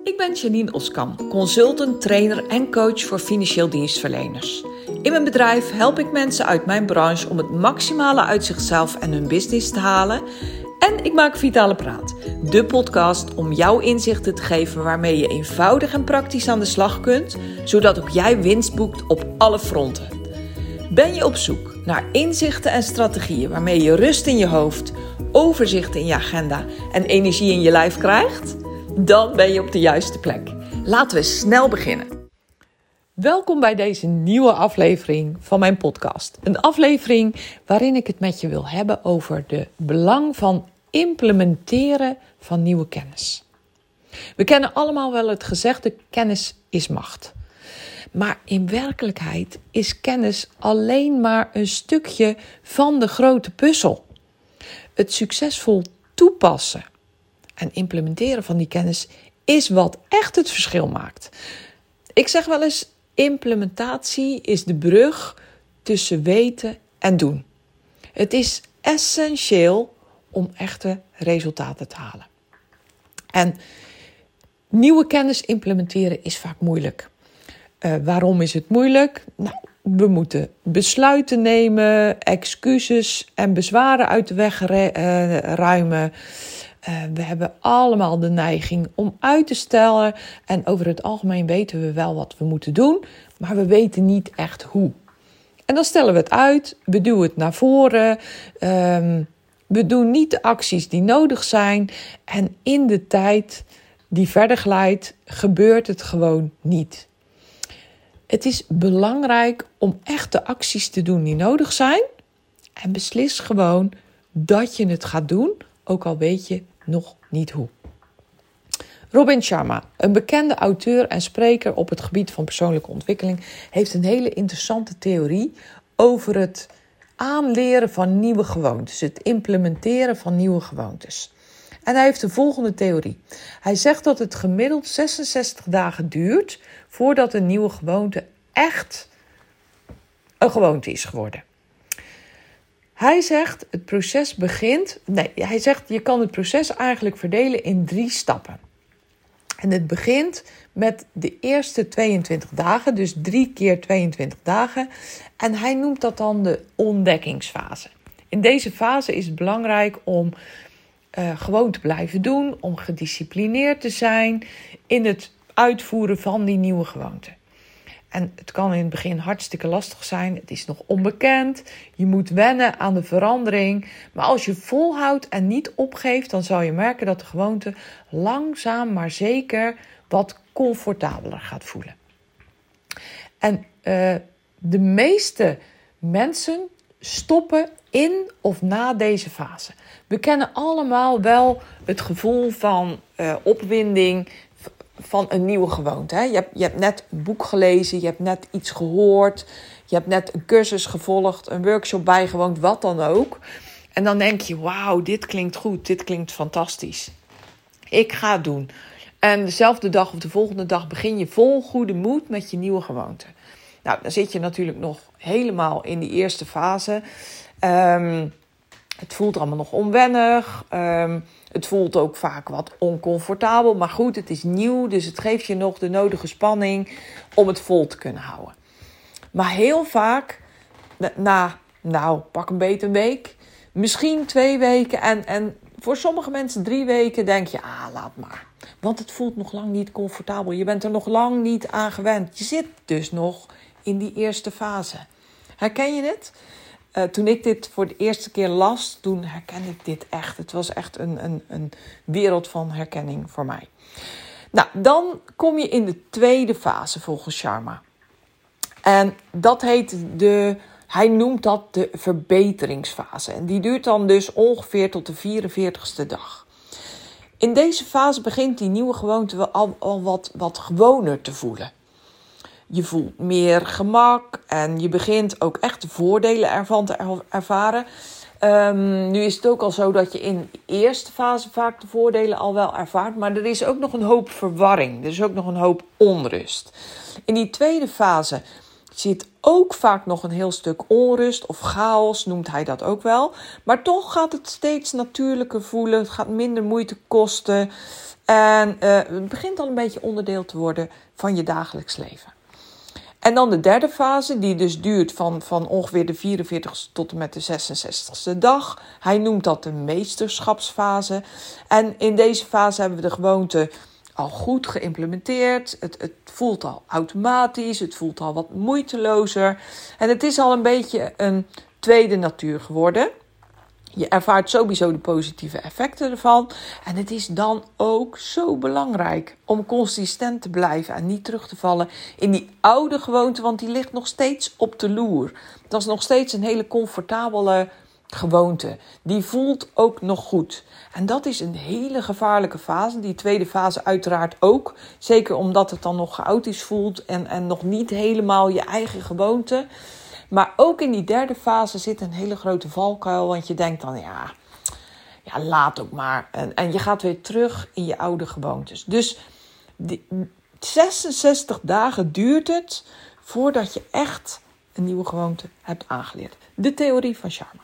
Ik ben Janine Oskam, consultant, trainer en coach voor financieel dienstverleners. In mijn bedrijf help ik mensen uit mijn branche om het maximale uit zichzelf en hun business te halen. En ik maak Vitale Praat, de podcast om jou inzichten te geven waarmee je eenvoudig en praktisch aan de slag kunt, zodat ook jij winst boekt op alle fronten. Ben je op zoek naar inzichten en strategieën waarmee je rust in je hoofd, overzicht in je agenda en energie in je lijf krijgt? Dan ben je op de juiste plek. Laten we snel beginnen. Welkom bij deze nieuwe aflevering van mijn podcast. Een aflevering waarin ik het met je wil hebben over de belang van implementeren van nieuwe kennis. We kennen allemaal wel het gezegde: kennis is macht. Maar in werkelijkheid is kennis alleen maar een stukje van de grote puzzel. Het succesvol toepassen en implementeren van die kennis is wat echt het verschil maakt. Ik zeg wel eens, implementatie is de brug tussen weten en doen. Het is essentieel om echte resultaten te halen. En nieuwe kennis implementeren is vaak moeilijk. Waarom is het moeilijk? Nou, we moeten besluiten nemen, excuses en bezwaren uit de weg ruimen. We hebben allemaal de neiging om uit te stellen. En over het algemeen weten we wel wat we moeten doen, maar we weten niet echt hoe. En dan stellen we het uit, we duwen het naar voren. We doen niet de acties die nodig zijn. En in de tijd die verder glijdt, gebeurt het gewoon niet. Het is belangrijk om echt de acties te doen die nodig zijn. En beslis gewoon dat je het gaat doen, ook al weet je nog niet hoe. Robin Sharma, een bekende auteur en spreker op het gebied van persoonlijke ontwikkeling, heeft een hele interessante theorie over het aanleren van nieuwe gewoontes, het implementeren van nieuwe gewoontes. En hij heeft de volgende theorie. Hij zegt dat het gemiddeld 66 dagen duurt voordat een nieuwe gewoonte echt een gewoonte is geworden. Hij zegt je kan het proces eigenlijk verdelen in 3 stappen. En het begint met de eerste 22 dagen, dus 3 keer 22 dagen. En hij noemt dat dan de ontdekkingsfase. In deze fase is het belangrijk om gewoon te blijven doen, om gedisciplineerd te zijn in het uitvoeren van die nieuwe gewoonte. En het kan in het begin hartstikke lastig zijn. Het is nog onbekend. Je moet wennen aan de verandering. Maar als je volhoudt en niet opgeeft, dan zal je merken dat de gewoonte langzaam maar zeker wat comfortabeler gaat voelen. En de meeste mensen stoppen in of na deze fase. We kennen allemaal wel het gevoel van opwinding van een nieuwe gewoonte. Hè? Je hebt net een boek gelezen, je hebt net iets gehoord, je hebt net een cursus gevolgd, een workshop bijgewoond, wat dan ook. En dan denk je, wauw, dit klinkt goed, dit klinkt fantastisch. Ik ga het doen. En dezelfde dag of de volgende dag begin je vol goede moed met je nieuwe gewoonte. Nou, dan zit je natuurlijk nog helemaal in die eerste fase. Het voelt allemaal nog onwennig. Het voelt ook vaak wat oncomfortabel. Maar goed, het is nieuw. Dus het geeft je nog de nodige spanning om het vol te kunnen houden. Maar heel vaak, pak een beetje een week. Misschien 2 weken. En voor sommige mensen 3 weken denk je, laat maar. Want het voelt nog lang niet comfortabel. Je bent er nog lang niet aan gewend. Je zit dus nog in die eerste fase. Herken je dit? Toen ik dit voor de eerste keer las, toen herkende ik dit echt. Het was echt een wereld van herkenning voor mij. Nou, dan kom je in de tweede fase volgens Sharma. En dat heet hij noemt dat de verbeteringsfase. En die duurt dan dus ongeveer tot de 44ste dag. In deze fase begint die nieuwe gewoonte al wat gewoner te voelen. Je voelt meer gemak en je begint ook echt de voordelen ervan te ervaren. Nu is het ook al zo dat je in de eerste fase vaak de voordelen al wel ervaart. Maar er is ook nog een hoop verwarring. Er is ook nog een hoop onrust. In die tweede fase zit ook vaak nog een heel stuk onrust of chaos, noemt hij dat ook wel. Maar toch gaat het steeds natuurlijker voelen. Het gaat minder moeite kosten. En het begint al een beetje onderdeel te worden van je dagelijks leven. En dan de derde fase, die dus duurt van ongeveer de 44ste tot en met de 66ste dag. Hij noemt dat de meesterschapsfase. En in deze fase hebben we de gewoonte al goed geïmplementeerd. Het voelt al automatisch, het voelt al wat moeitelozer. En het is al een beetje een tweede natuur geworden. Je ervaart sowieso de positieve effecten ervan. En het is dan ook zo belangrijk om consistent te blijven en niet terug te vallen in die oude gewoonte, want die ligt nog steeds op de loer. Dat is nog steeds een hele comfortabele gewoonte. Die voelt ook nog goed. En dat is een hele gevaarlijke fase. Die tweede fase uiteraard ook. Zeker omdat het dan nog chaotisch voelt en nog niet helemaal je eigen gewoonte. Maar ook in die derde fase zit een hele grote valkuil. Want je denkt dan, ja laat ook maar. En je gaat weer terug in je oude gewoontes. Dus 66 dagen duurt het voordat je echt een nieuwe gewoonte hebt aangeleerd. De theorie van Sharma.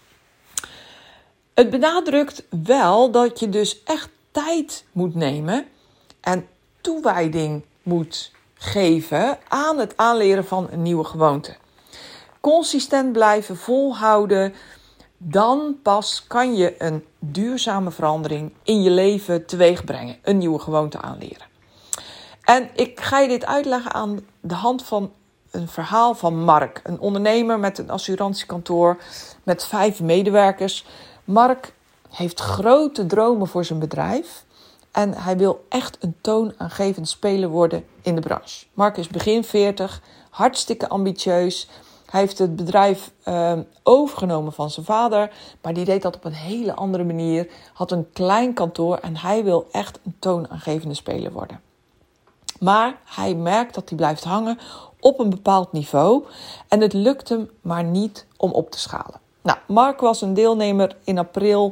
Het benadrukt wel dat je dus echt tijd moet nemen en toewijding moet geven aan het aanleren van een nieuwe gewoonte. Consistent blijven, volhouden, dan pas kan je een duurzame verandering in je leven teweeg brengen. Een nieuwe gewoonte aanleren. En ik ga je dit uitleggen aan de hand van een verhaal van Mark. Een ondernemer met een assurantiekantoor met 5 medewerkers. Mark heeft grote dromen voor zijn bedrijf. En hij wil echt een toonaangevend speler worden in de branche. Mark is begin 40, hartstikke ambitieus. Hij heeft het bedrijf overgenomen van zijn vader. Maar die deed dat op een hele andere manier. Had een klein kantoor en hij wil echt een toonaangevende speler worden. Maar hij merkt dat hij blijft hangen op een bepaald niveau. En het lukt hem maar niet om op te schalen. Nou, Mark was een deelnemer in april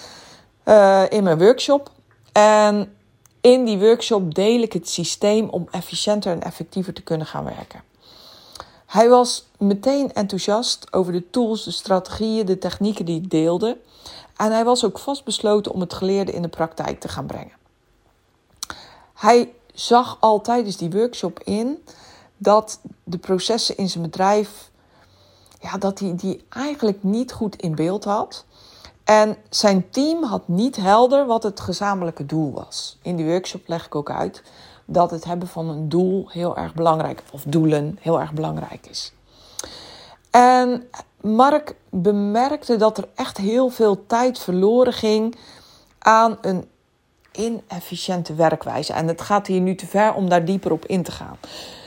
in mijn workshop. En in die workshop deel ik het systeem om efficiënter en effectiever te kunnen gaan werken. Hij was meteen enthousiast over de tools, de strategieën, de technieken die ik deelde. En hij was ook vastbesloten om het geleerde in de praktijk te gaan brengen. Hij zag al tijdens die workshop in dat de processen in zijn bedrijf, dat hij die eigenlijk niet goed in beeld had. En zijn team had niet helder wat het gezamenlijke doel was. In die workshop leg ik ook uit dat het hebben van een doel heel erg belangrijk, of doelen heel erg belangrijk is. En Mark bemerkte dat er echt heel veel tijd verloren ging aan een inefficiënte werkwijze. En het gaat hier nu te ver om daar dieper op in te gaan.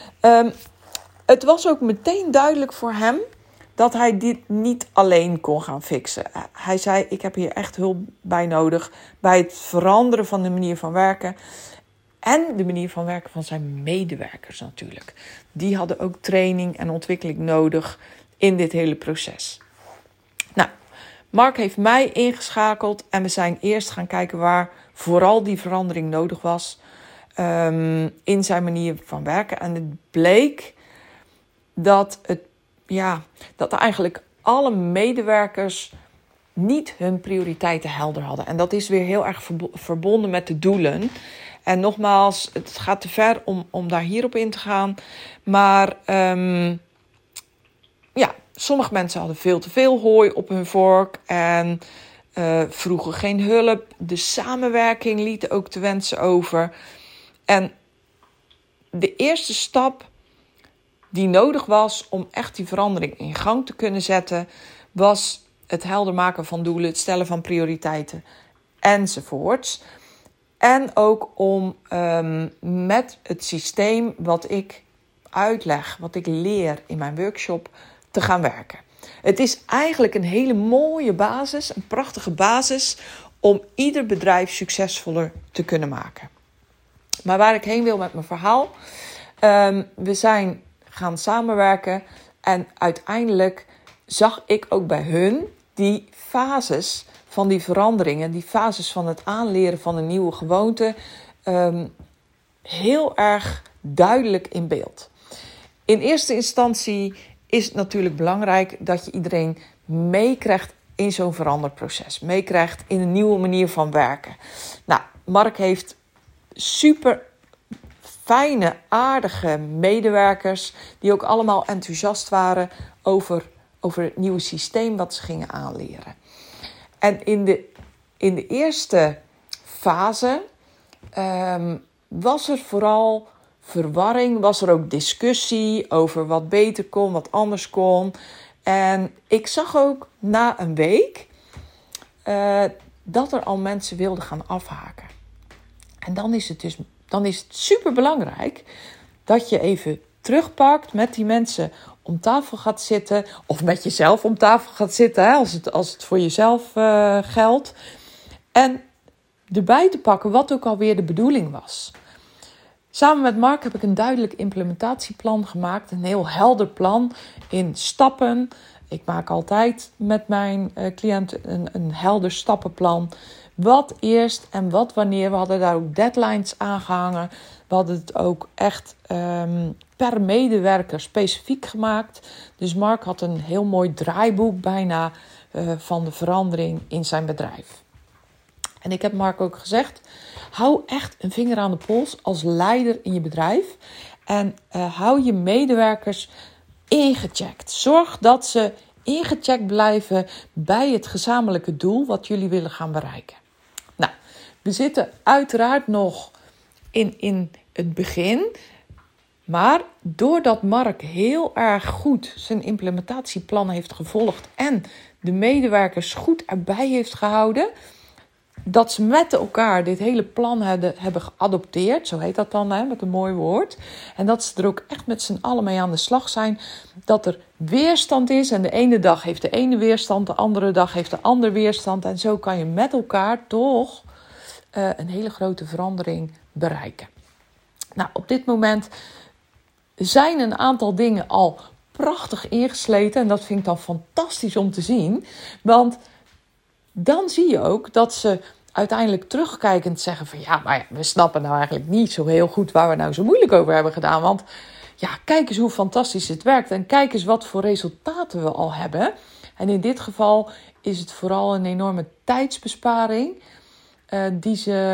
Het was ook meteen duidelijk voor hem dat hij dit niet alleen kon gaan fixen. Hij zei, ik heb hier echt hulp bij nodig bij het veranderen van de manier van werken. En de manier van werken van zijn medewerkers natuurlijk. Die hadden ook training en ontwikkeling nodig in dit hele proces. Nou, Mark heeft mij ingeschakeld en we zijn eerst gaan kijken waar vooral die verandering nodig was in zijn manier van werken. En het bleek dat eigenlijk alle medewerkers niet hun prioriteiten helder hadden. En dat is weer heel erg verbonden met de doelen. En nogmaals, het gaat te ver om daar hierop in te gaan. Maar sommige mensen hadden veel te veel hooi op hun vork en vroegen geen hulp. De samenwerking liet ook te wensen over. En de eerste stap die nodig was om echt die verandering in gang te kunnen zetten, was het helder maken van doelen, het stellen van prioriteiten enzovoorts. En ook om met het systeem wat ik uitleg, wat ik leer in mijn workshop, te gaan werken. Het is eigenlijk een hele mooie basis, een prachtige basis om ieder bedrijf succesvoller te kunnen maken. Maar waar ik heen wil met mijn verhaal, we zijn gaan samenwerken en uiteindelijk zag ik ook bij hun die fases van die veranderingen, die fases van het aanleren van een nieuwe gewoonte heel erg duidelijk in beeld. in eerste instantie is het natuurlijk belangrijk dat je iedereen meekrijgt in zo'n veranderproces. Meekrijgt in een nieuwe manier van werken. Nou, Mark heeft super fijne, aardige medewerkers die ook allemaal enthousiast waren over het nieuwe systeem wat ze gingen aanleren. En in de eerste fase was er vooral verwarring, was er ook discussie over wat beter kon, wat anders kon. En ik zag ook na een week dat er al mensen wilden gaan afhaken. En dan is het super belangrijk dat je even terugpakt, met die mensen om tafel gaat zitten, of met jezelf om tafel gaat zitten, hè, als het voor jezelf geldt. En erbij te pakken wat ook alweer de bedoeling was. Samen met Mark heb ik een duidelijk implementatieplan gemaakt. Een heel helder plan in stappen. Ik maak altijd met mijn cliënten een helder stappenplan. Wat eerst en wat wanneer. We hadden daar ook deadlines aan gehangen. We hadden het ook echt per medewerker specifiek gemaakt. Dus Mark had een heel mooi draaiboek bijna van de verandering in zijn bedrijf. En ik heb Mark ook gezegd, hou echt een vinger aan de pols als leider in je bedrijf. En hou je medewerkers ingecheckt. Zorg dat ze ingecheckt blijven bij het gezamenlijke doel wat jullie willen gaan bereiken. Nou, we zitten uiteraard nog in het begin. Maar doordat Mark heel erg goed zijn implementatieplan heeft gevolgd en de medewerkers goed erbij heeft gehouden, dat ze met elkaar dit hele plan hebben geadopteerd, zo heet dat dan, met een mooi woord. En dat ze er ook echt met z'n allen mee aan de slag zijn. Dat er weerstand is en de ene dag heeft de ene weerstand, de andere dag heeft de ander weerstand. En zo kan je met elkaar toch een hele grote verandering bereiken. Nou, op dit moment zijn een aantal dingen al prachtig ingesleten. En dat vind ik dan fantastisch om te zien. Want dan zie je ook dat ze uiteindelijk terugkijkend zeggen van ja, maar we snappen nou eigenlijk niet zo heel goed waar we nou zo moeilijk over hebben gedaan. Want ja, kijk eens hoe fantastisch het werkt en kijk eens wat voor resultaten we al hebben. En in dit geval is het vooral een enorme tijdsbesparing die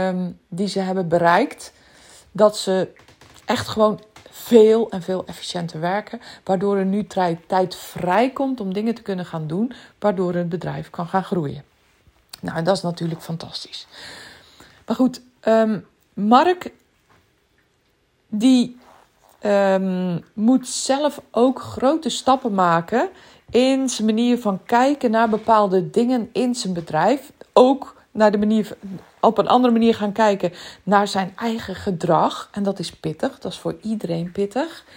ze hebben bereikt. Dat ze echt gewoon veel en veel efficiënter werken. Waardoor er nu tijd vrij komt om dingen te kunnen gaan doen. Waardoor het bedrijf kan gaan groeien. Nou, en dat is natuurlijk fantastisch. Maar goed, Mark die moet zelf ook grote stappen maken in zijn manier van kijken naar bepaalde dingen in zijn bedrijf. Ook naar de manier, op een andere manier gaan kijken naar zijn eigen gedrag. En dat is pittig, dat is voor iedereen pittig.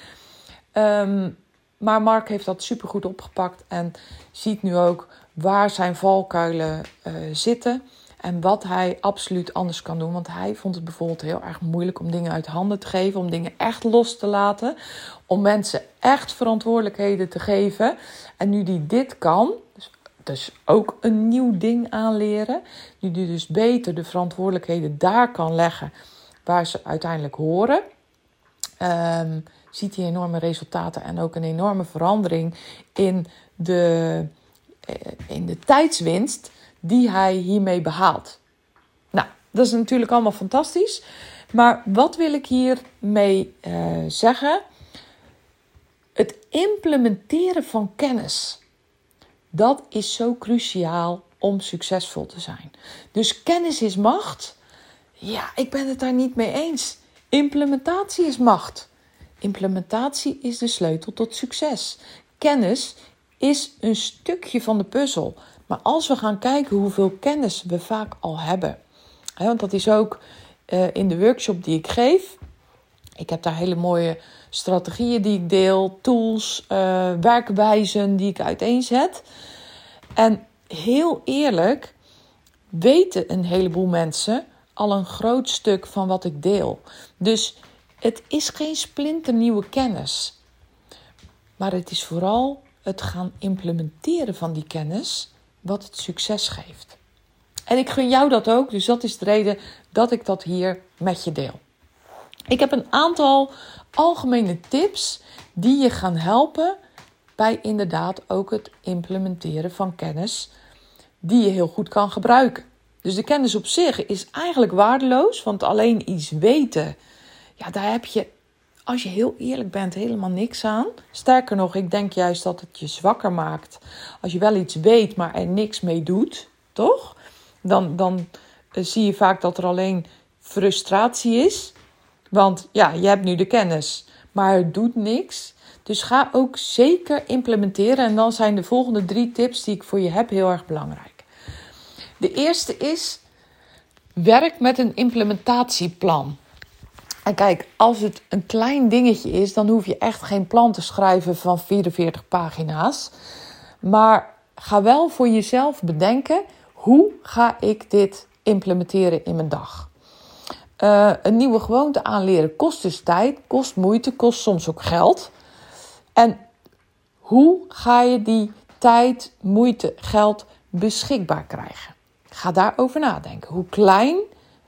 Maar Mark heeft dat supergoed opgepakt en ziet nu ook waar zijn valkuilen zitten en wat hij absoluut anders kan doen. Want hij vond het bijvoorbeeld heel erg moeilijk om dingen uit handen te geven, om dingen echt los te laten, om mensen echt verantwoordelijkheden te geven. En nu die dit kan, dus ook een nieuw ding aanleren, nu die dus beter de verantwoordelijkheden daar kan leggen waar ze uiteindelijk horen, ziet hij enorme resultaten en ook een enorme verandering in de tijdswinst die hij hiermee behaalt. Nou, dat is natuurlijk allemaal fantastisch. Maar wat wil ik hiermee zeggen? Het implementeren van kennis, dat is zo cruciaal om succesvol te zijn. Dus kennis is macht. Ja, ik ben het daar niet mee eens. Implementatie is macht. Implementatie is de sleutel tot succes. Kennis is een stukje van de puzzel. Maar als we gaan kijken hoeveel kennis we vaak al hebben. Want dat is ook in de workshop die ik geef. Ik heb daar hele mooie strategieën die ik deel. Tools, werkwijzen die ik uiteenzet. En heel eerlijk weten een heleboel mensen al een groot stuk van wat ik deel. Dus het is geen splinternieuwe kennis. Maar het is vooral het gaan implementeren van die kennis wat het succes geeft. En ik gun jou dat ook, dus dat is de reden dat ik dat hier met je deel. Ik heb een aantal algemene tips die je gaan helpen bij inderdaad ook het implementeren van kennis die je heel goed kan gebruiken. Dus de kennis op zich is eigenlijk waardeloos, want alleen iets weten, ja, daar heb je, als je heel eerlijk bent, helemaal niks aan. Sterker nog, ik denk juist dat het je zwakker maakt als je wel iets weet, maar er niks mee doet, toch? Dan zie je vaak dat er alleen frustratie is. Want ja, je hebt nu de kennis, maar het doet niks. Dus ga ook zeker implementeren. En dan zijn de volgende 3 tips die ik voor je heb heel erg belangrijk. De eerste is, werk met een implementatieplan. En kijk, als het een klein dingetje is, dan hoef je echt geen plan te schrijven van 44 pagina's. Maar ga wel voor jezelf bedenken, hoe ga ik dit implementeren in mijn dag? Een nieuwe gewoonte aanleren kost dus tijd, kost moeite, kost soms ook geld. En hoe ga je die tijd, moeite, geld beschikbaar krijgen? Ga daarover nadenken. Hoe klein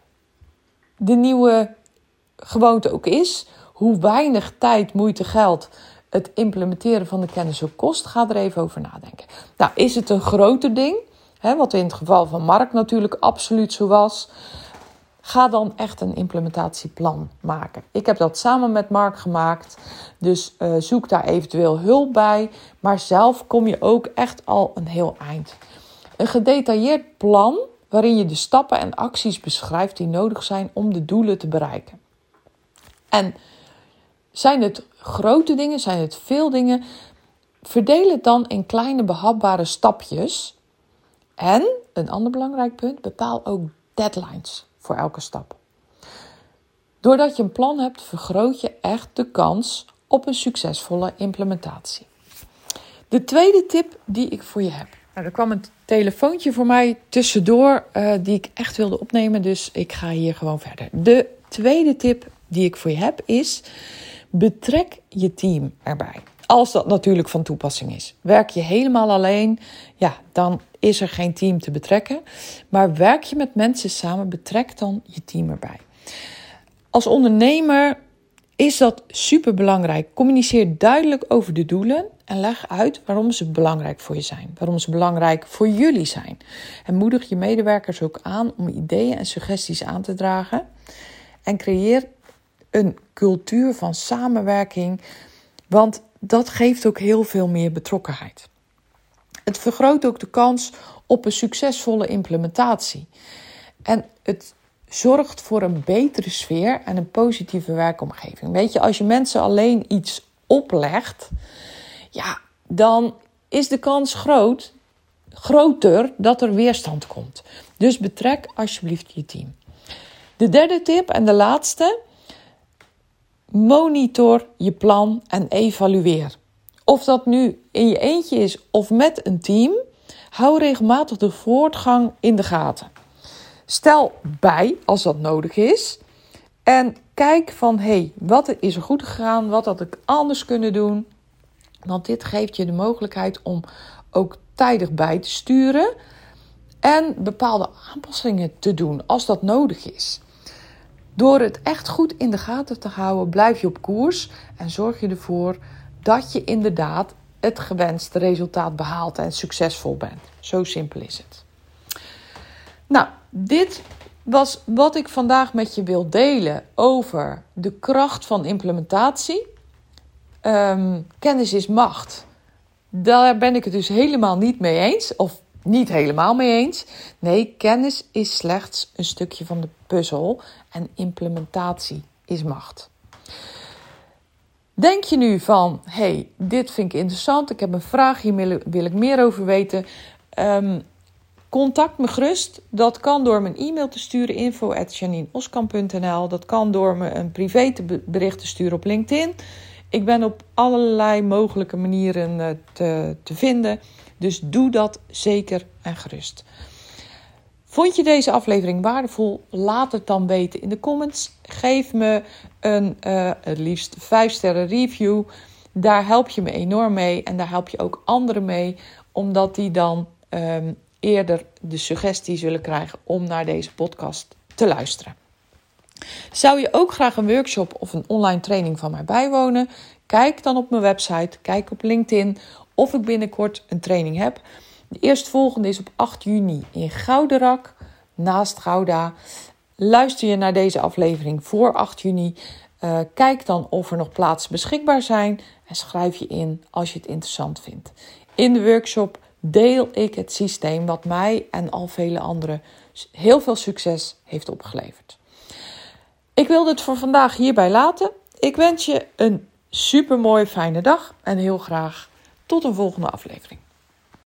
de nieuwe gewoonte ook is, hoe weinig tijd, moeite, geld het implementeren van de kennis ook kost, ga er even over nadenken. Nou, is het een groter ding, wat in het geval van Mark natuurlijk absoluut zo was, ga dan echt een implementatieplan maken. Ik heb dat samen met Mark gemaakt, dus zoek daar eventueel hulp bij, maar zelf kom je ook echt al een heel eind. Een gedetailleerd plan waarin je de stappen en acties beschrijft die nodig zijn om de doelen te bereiken. En zijn het grote dingen, zijn het veel dingen, verdeel het dan in kleine behapbare stapjes. En, een ander belangrijk punt, bepaal ook deadlines voor elke stap. Doordat je een plan hebt, vergroot je echt de kans op een succesvolle implementatie. De tweede tip die ik voor je heb. Nou, er kwam een telefoontje voor mij tussendoor die ik echt wilde opnemen, dus ik ga hier gewoon verder. De tweede tip die ik voor je heb is, betrek je team erbij. Als dat natuurlijk van toepassing is. Werk je helemaal alleen, ja, dan is er geen team te betrekken. Maar werk je met mensen samen, betrek dan je team erbij. Als ondernemer is dat super belangrijk. Communiceer duidelijk over de doelen en leg uit waarom ze belangrijk voor je zijn. Waarom ze belangrijk voor jullie zijn. En moedig je medewerkers ook aan om ideeën en suggesties aan te dragen. En creëer een cultuur van samenwerking, want dat geeft ook heel veel meer betrokkenheid. Het vergroot ook de kans op een succesvolle implementatie. En het zorgt voor een betere sfeer en een positieve werkomgeving. Weet je, als je mensen alleen iets oplegt, ja, dan is de kans groter dat er weerstand komt. Dus betrek alsjeblieft je team. De derde tip en de laatste, monitor je plan en evalueer. Of dat nu in je eentje is of met een team, hou regelmatig de voortgang in de gaten. Stel bij als dat nodig is en kijk van, wat is er goed gegaan, wat had ik anders kunnen doen? Want dit geeft je de mogelijkheid om ook tijdig bij te sturen en bepaalde aanpassingen te doen als dat nodig is. Door het echt goed in de gaten te houden, blijf je op koers en zorg je ervoor dat je inderdaad het gewenste resultaat behaalt en succesvol bent. Zo simpel is het. Nou, dit was wat ik vandaag met je wil delen over de kracht van implementatie. Kennis is macht. Daar ben ik het dus helemaal niet mee eens. Of niet helemaal mee eens. Nee, kennis is slechts een stukje van de puzzel. En implementatie is macht. Denk je nu van, dit vind ik interessant. Ik heb een vraag, hier wil ik meer over weten. Contact me gerust. Dat kan door me een e-mail te sturen, info@janineoskamp.nl. Dat kan door me een privé bericht te sturen op LinkedIn. Ik ben op allerlei mogelijke manieren te vinden. Dus doe dat zeker en gerust. Vond je deze aflevering waardevol? Laat het dan weten in de comments. Geef me een het liefst 5-sterren review. Daar help je me enorm mee. En daar help je ook anderen mee. Omdat die dan eerder de suggestie zullen krijgen om naar deze podcast te luisteren. Zou je ook graag een workshop of een online training van mij bijwonen? Kijk dan op mijn website, kijk op LinkedIn of ik binnenkort een training heb. De eerstvolgende is op 8 juni in Gouderak, naast Gouda. Luister je naar deze aflevering voor 8 juni. Kijk dan of er nog plaatsen beschikbaar zijn en schrijf je in als je het interessant vindt. In de workshop deel ik het systeem wat mij en al vele anderen heel veel succes heeft opgeleverd. Ik wilde het voor vandaag hierbij laten. Ik wens je een supermooie fijne dag en heel graag tot een volgende aflevering.